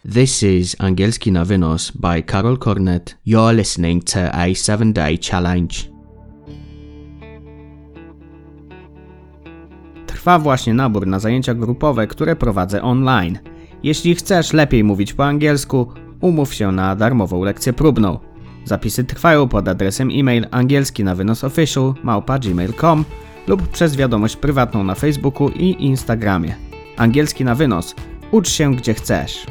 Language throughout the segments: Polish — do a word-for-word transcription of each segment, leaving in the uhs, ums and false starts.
This is Angielski na Wynos by Karol Kornet. You're listening to a seven day challenge. Trwa właśnie nabór na zajęcia grupowe, które prowadzę online. Jeśli chcesz lepiej mówić po angielsku, umów się na darmową lekcję próbną. Zapisy trwają pod adresem e-mail angielskinawynosofficial małpa gmail kropka com lub przez wiadomość prywatną na Facebooku i Instagramie. Angielski na wynos. Ucz się gdzie chcesz.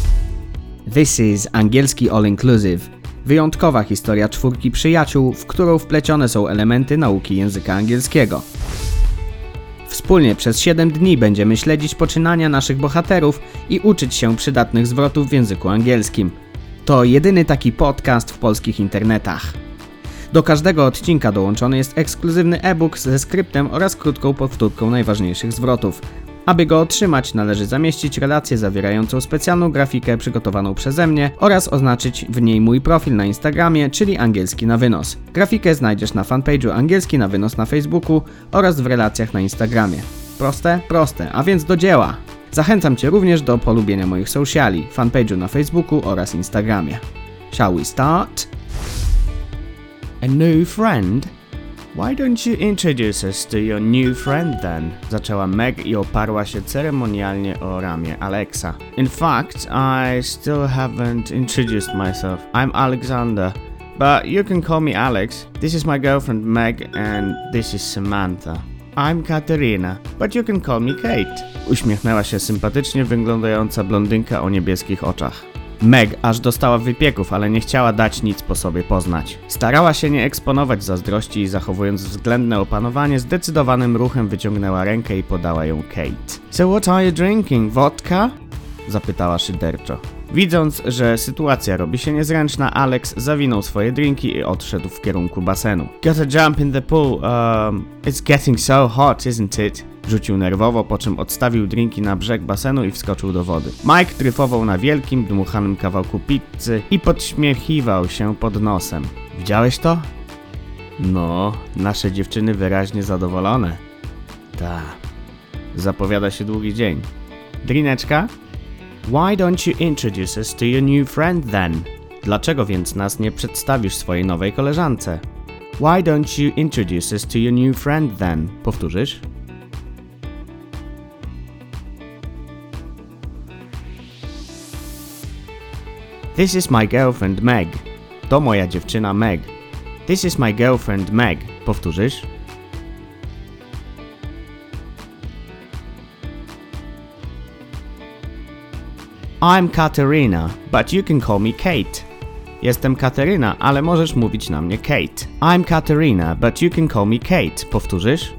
This is Angielski All Inclusive. Wyjątkowa historia czwórki przyjaciół, w którą wplecione są elementy nauki języka angielskiego. Wspólnie przez siedem dni będziemy śledzić poczynania naszych bohaterów i uczyć się przydatnych zwrotów w języku angielskim. To jedyny taki podcast w polskich internetach. Do każdego odcinka dołączony jest ekskluzywny e-book ze skryptem oraz krótką powtórką najważniejszych zwrotów. Aby go otrzymać, należy zamieścić relację zawierającą specjalną grafikę przygotowaną przeze mnie oraz oznaczyć w niej mój profil na Instagramie, czyli Angielski na Wynos. Grafikę znajdziesz na fanpage'u Angielski na Wynos na Facebooku oraz w relacjach na Instagramie. Proste? Proste, a więc do dzieła! Zachęcam Cię również do polubienia moich sociali, fanpage'u na Facebooku oraz Instagramie. Shall we start? A new friend? Why don't you introduce us to your new friend then? Zaczęła Meg i oparła się ceremonialnie o ramię Alexa. In fact, I still haven't introduced myself. I'm Alexander, but you can call me Alex. This is my girlfriend Meg and this is Samantha. I'm Katerina, but you can call me Kate. Uśmiechnęła się sympatycznie wyglądająca blondynka o niebieskich oczach. Meg aż dostała wypieków, ale nie chciała dać nic po sobie poznać. Starała się nie eksponować zazdrości i zachowując względne opanowanie, zdecydowanym ruchem wyciągnęła rękę i podała ją Kate. So what are you drinking? Vodka? Zapytała szyderczo. Widząc, że sytuacja robi się niezręczna, Alex zawinął swoje drinki i odszedł w kierunku basenu. Gotta jump in the pool, um, it's getting so hot, isn't it? Rzucił nerwowo, po czym odstawił drinki na brzeg basenu i wskoczył do wody. Mike dryfował na wielkim, dmuchanym kawałku pizzy i podśmiechiwał się pod nosem. Widziałeś to? No, nasze dziewczyny wyraźnie zadowolone. Ta. Zapowiada się długi dzień. Drineczka? Why don't you introduce us to your new friend then? Dlaczego więc nas nie przedstawisz swojej nowej koleżance? Why don't you introduce us to your new friend then? Powtórzysz? This is my girlfriend Meg. To moja dziewczyna Meg. This is my girlfriend Meg. Powtórzysz? I'm Katerina, but you can call me Kate. Jestem Kateryna, ale możesz mówić na mnie Kate. I'm Katerina, but you can call me Kate. Powtórzysz?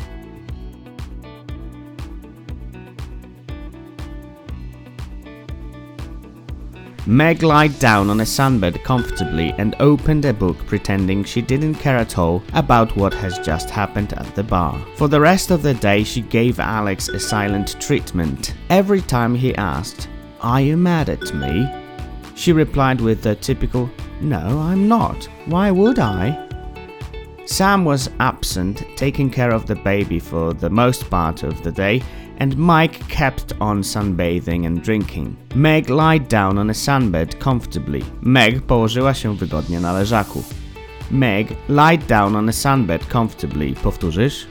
Meg lied down on a sunbed comfortably and opened a book pretending she didn't care at all about what has just happened at the bar. For the rest of the day she gave Alex a silent treatment. Every time he asked, "Are you mad at me?" she replied with the typical, "No, I'm not. Why would I?" Sam was absent, taking care of the baby for the most part of the day, and Mike kept on sunbathing and drinking. Meg lied down on a sunbed comfortably. Meg położyła się wygodnie na leżaku. Meg lied down on a sunbed comfortably. Powtórzysz?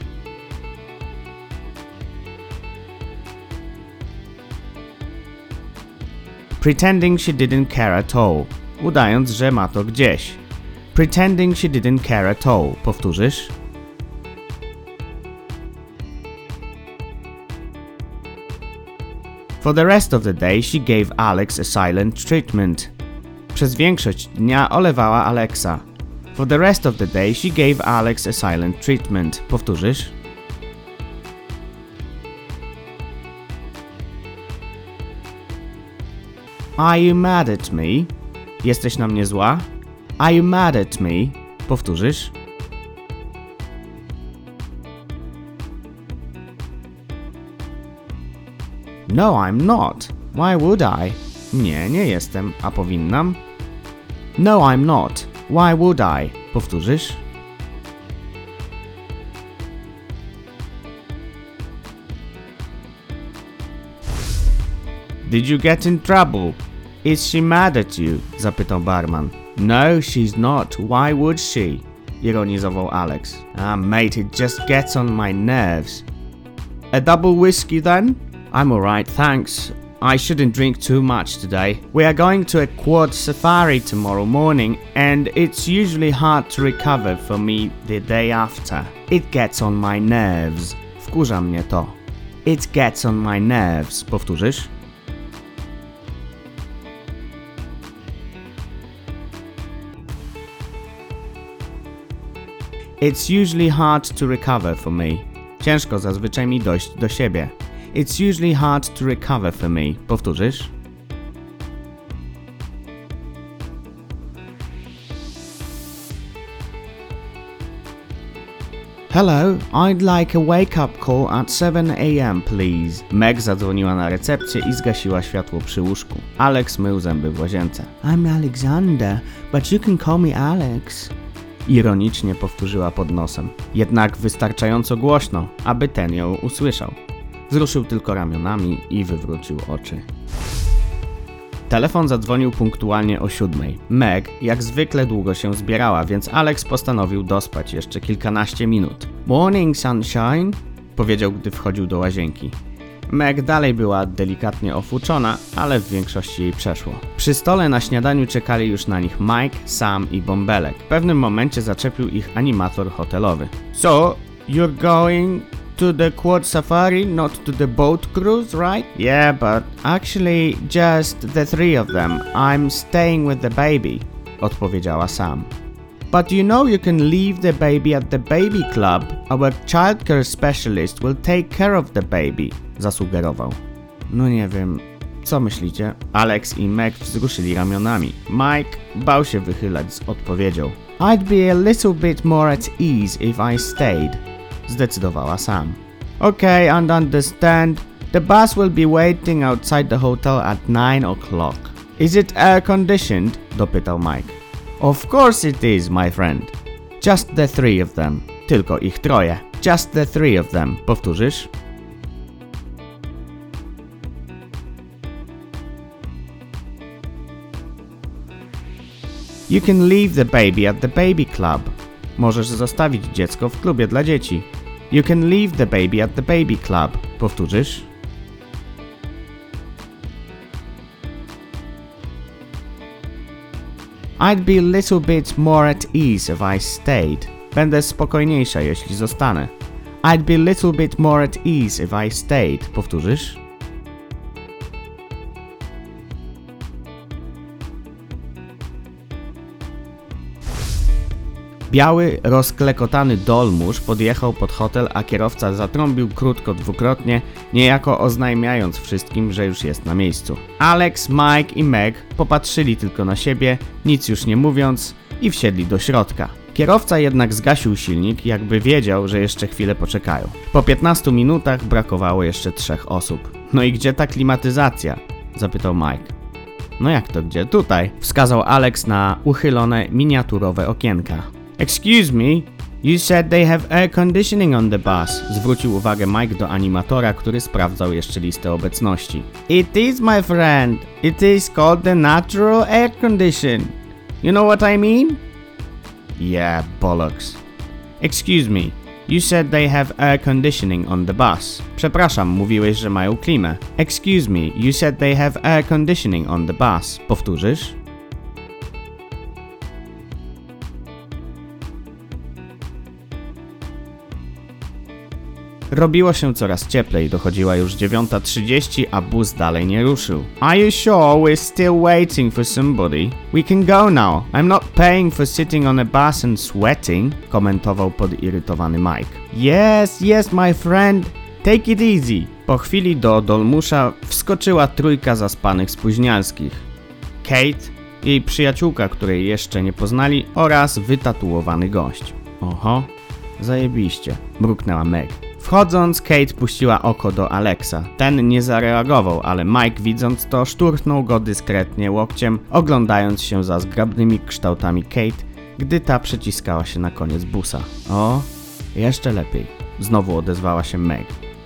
Pretending she didn't care at all. Udając, że ma to gdzieś. Pretending she didn't care at all. Powtórzysz? For the rest of the day she gave Alex a silent treatment. Przez większość dnia olewała Alexa. For the rest of the day she gave Alex a silent treatment. Powtórzysz? Are you mad at me? Jesteś na mnie zła? Are you mad at me? Powtórzysz? No, I'm not. Why would I? Nie, nie jestem. A powinnam? No, I'm not. Why would I? Powtórzysz? Did you get in trouble? Is she mad at you? Zapytał barman. No, she's not. Why would she? Ironizował Alex. Ah, mate, it just gets on my nerves. A double whiskey then? I'm alright, thanks. I shouldn't drink too much today. We are going to a quad safari tomorrow morning, and it's usually hard to recover for me the day after. It gets on my nerves. Wkurza mnie to. It gets on my nerves. Powtórzysz? It's usually hard to recover for me. Ciężko zazwyczaj mi dojść do siebie. It's usually hard to recover for me. Powtórzysz? Hello, I'd like a wake-up call at seven a m please. Meg zadzwoniła na recepcję i zgasiła światło przy łóżku. Alex mył zęby w łazience. I'm Alexander, but you can call me Alex. Ironicznie powtórzyła pod nosem. Jednak wystarczająco głośno, aby ten ją usłyszał. Wzruszył tylko ramionami i wywrócił oczy. Telefon zadzwonił punktualnie o siódmej. Meg jak zwykle długo się zbierała, więc Alex postanowił dospać jeszcze kilkanaście minut. Morning, sunshine, powiedział, gdy wchodził do łazienki. Meg dalej była delikatnie ofuczona, ale w większości jej przeszło. Przy stole na śniadaniu czekali już na nich Mike, Sam i Bąbelek. W pewnym momencie zaczepił ich animator hotelowy. So, you're going to the quad safari, not to the boat cruise, right? Yeah, but actually just the three of them. I'm staying with the baby, odpowiedziała Sam. But you know you can leave the baby at the baby club. Our childcare specialist will take care of the baby, zasugerował. No nie wiem, co myślicie? Alex i Meg wzruszyli ramionami. Mike bał się wychylać z odpowiedzią. I'd be a little bit more at ease if I stayed, zdecydowała Sam. Okay, and understand. The bus will be waiting outside the hotel at nine o'clock. Is it air conditioned? Dopytał Mike. Of course it is, my friend. Just the three of them. Tylko ich troje. Just the three of them. Powtórzysz? You can leave the baby at the baby club. Możesz zostawić dziecko w klubie dla dzieci. You can leave the baby at the baby club. Powtórzysz? I'd be a little bit more at ease if I stayed. Będę spokojniejsza, jeśli zostanę. I'd be a little bit more at ease if I stayed. Powtórzysz? Biały, rozklekotany dolmusz podjechał pod hotel, a kierowca zatrąbił krótko dwukrotnie, niejako oznajmiając wszystkim, że już jest na miejscu. Alex, Mike i Meg popatrzyli tylko na siebie, nic już nie mówiąc, i wsiedli do środka. Kierowca jednak zgasił silnik, jakby wiedział, że jeszcze chwilę poczekają. Po piętnastu minutach brakowało jeszcze trzech osób. No i gdzie ta klimatyzacja? Zapytał Mike. No jak to gdzie? Tutaj, wskazał Alex na uchylone, miniaturowe okienka. Excuse me, you said they have air conditioning on the bus. Zwrócił uwagę Mike do animatora, który sprawdzał jeszcze listę obecności. It is, my friend. It is called the natural air condition. You know what I mean? Yeah, bollocks. Excuse me, you said they have air conditioning on the bus. Przepraszam, mówiłeś, że mają klimę. Excuse me, you said they have air conditioning on the bus. Powtórzysz? Robiło się coraz cieplej, dochodziła już dziewiąta trzydzieści, a bus dalej nie ruszył. Are you sure we're still waiting for somebody? We can go now. I'm not paying for sitting on a bus and sweating, komentował podirytowany Mike. Yes, yes, my friend. Take it easy. Po chwili do dolmusza wskoczyła trójka zaspanych spóźnialskich. Kate, jej przyjaciółka, której jeszcze nie poznali, oraz wytatuowany gość. Oho, zajebiście, mruknęła Meg. Wchodząc, Kate puściła oko do Alexa. Ten nie zareagował, ale Mike, widząc to, szturchnął go dyskretnie łokciem, oglądając się za zgrabnymi kształtami Kate, gdy ta przeciskała się na koniec busa. O, jeszcze lepiej. Znowu odezwała się Meg.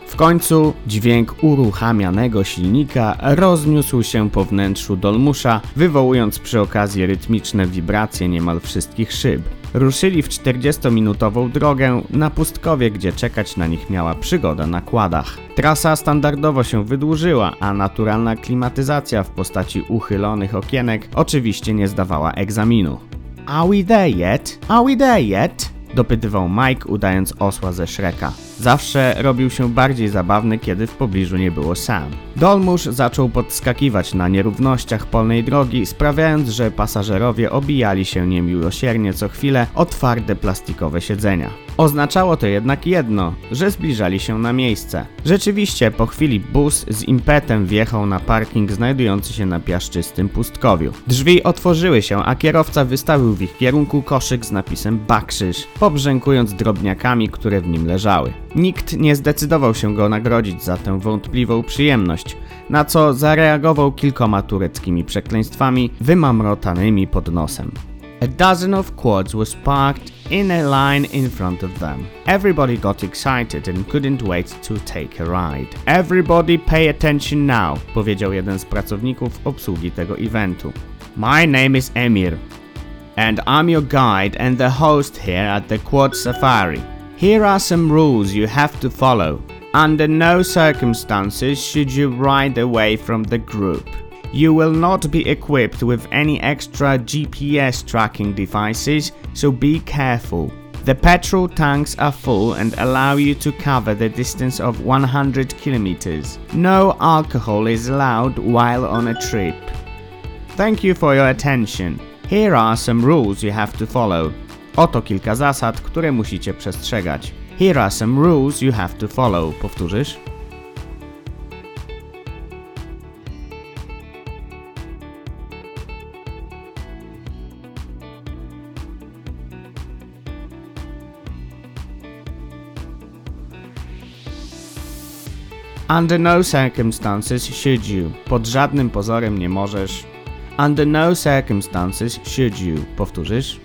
W końcu dźwięk uruchamianego silnika rozniósł się po wnętrzu dolmusza, wywołując przy okazji rytmiczne wibracje niemal wszystkich szyb. Ruszyli w czterdziestominutową drogę na pustkowie, gdzie czekać na nich miała przygoda na kładach. Trasa standardowo się wydłużyła, a naturalna klimatyzacja w postaci uchylonych okienek oczywiście nie zdawała egzaminu. Are we there yet? Are we there yet? Dopytywał Mike, udając osła ze Shreka. Zawsze robił się bardziej zabawny, kiedy w pobliżu nie było Sam. Dolmusz zaczął podskakiwać na nierównościach polnej drogi, sprawiając, że pasażerowie obijali się niemiłosiernie co chwilę o twarde plastikowe siedzenia. Oznaczało to jednak jedno, że zbliżali się na miejsce. Rzeczywiście, po chwili bus z impetem wjechał na parking znajdujący się na piaszczystym pustkowiu. Drzwi otworzyły się, a kierowca wystawił w ich kierunku koszyk z napisem Bakszysz, pobrzękując drobniakami, które w nim leżały. Nikt nie zdecydował się go nagrodzić za tę wątpliwą przyjemność, na co zareagował kilkoma tureckimi przekleństwami wymamrotanymi pod nosem. A dozen of quads was parked in a line in front of them. Everybody got excited and couldn't wait to take a ride. Everybody pay attention now, powiedział jeden z pracowników obsługi tego eventu. My name is Emir, and I'm your guide and the host here at the Quad Safari. Here are some rules you have to follow. Under no circumstances should you ride away from the group. You will not be equipped with any extra G P S tracking devices, so be careful. The petrol tanks are full and allow you to cover the distance of one hundred kilometers. No alcohol is allowed while on a trip. Thank you for your attention. Here are some rules you have to follow. Oto kilka zasad, które musicie przestrzegać. Here are some rules you have to follow. Powtórzysz? Under no circumstances should you. Pod żadnym pozorem nie możesz. Under no circumstances should you. Powtórzysz?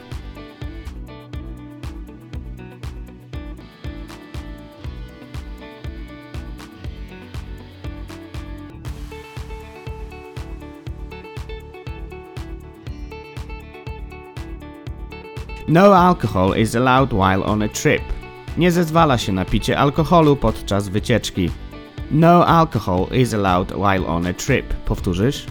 No alcohol is allowed while on a trip. Nie zezwala się na picie alkoholu podczas wycieczki. No alcohol is allowed while on a trip. Powtórzysz?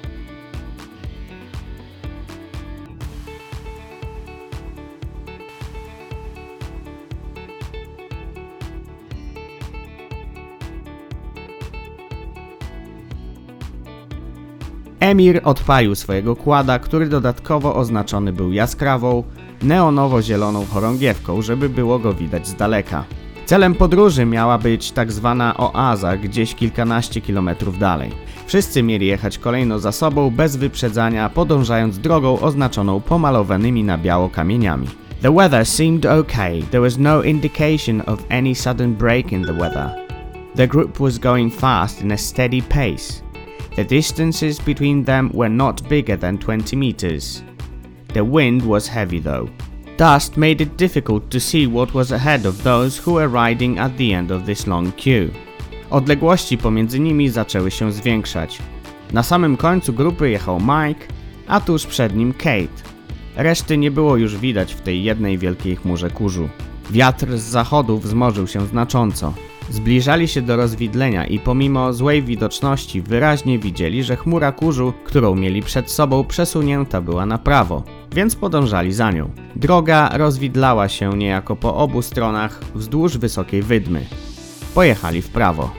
Emir odpalił swojego kłada, który dodatkowo oznaczony był jaskrawą, neonowo-zieloną chorągiewką, żeby było go widać z daleka. Celem podróży miała być tak zwana oaza gdzieś kilkanaście kilometrów dalej. Wszyscy mieli jechać kolejno za sobą bez wyprzedzania, podążając drogą oznaczoną pomalowanymi na biało kamieniami. The weather seemed okay. There was no indication of any sudden break in the weather. The group was going fast in a steady pace. The distances between them were not bigger than twenty meters. The wind was heavy though. Dust made it difficult to see what was ahead of those who were riding at the end of this long queue. Odległości pomiędzy nimi zaczęły się zwiększać. Na samym końcu grupy jechał Mike, a tuż przed nim Kate. Reszty nie było już widać w tej jednej wielkiej chmurze kurzu. Wiatr z zachodu wzmożył się znacząco. Zbliżali się do rozwidlenia i pomimo złej widoczności wyraźnie widzieli, że chmura kurzu, którą mieli przed sobą, przesunięta była na prawo, więc podążali za nią. Droga rozwidlała się niejako po obu stronach wzdłuż wysokiej wydmy. Pojechali w prawo.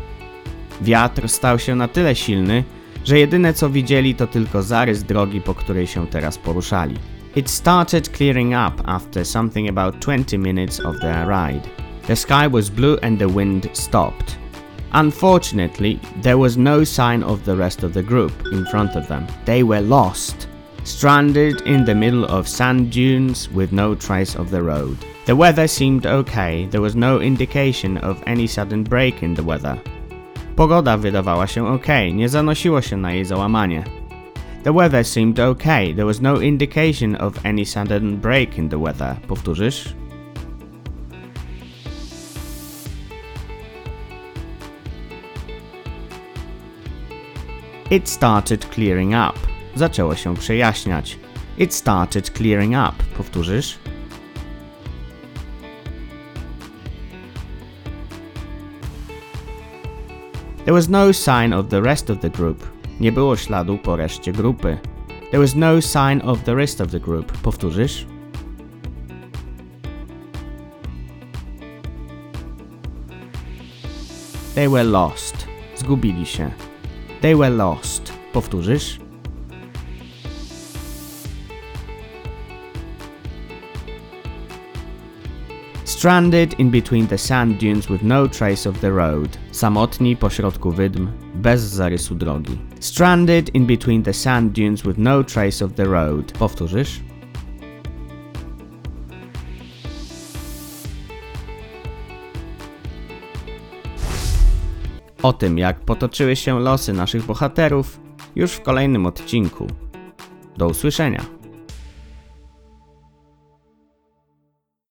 Wiatr stał się na tyle silny, że jedyne co widzieli to tylko zarys drogi, po której się teraz poruszali. It started clearing up after something about twenty minutes of their ride. The sky was blue and the wind stopped. Unfortunately, there was no sign of the rest of the group in front of them. They were lost, stranded in the middle of sand dunes with no trace of the road. The weather seemed okay. There was no indication of any sudden break in the weather. Pogoda wydawała się okej, nie zanosiło się na jej załamanie. The weather seemed okay. There was no indication of any sudden break in the weather. Powtórzysz? It started clearing up. Zaczęło się przejaśniać. It started clearing up. Powtórzysz? There was no sign of the rest of the group. Nie było śladu po reszcie grupy. There was no sign of the rest of the group. Powtórzysz? They were lost. Zgubili się. They were lost. Powtórzysz? Stranded in between the sand dunes with no trace of the road. Samotni pośrodku wydm, bez zarysu drogi. Stranded in between the sand dunes with no trace of the road. Powtórzysz? O tym, jak potoczyły się losy naszych bohaterów, już w kolejnym odcinku. Do usłyszenia.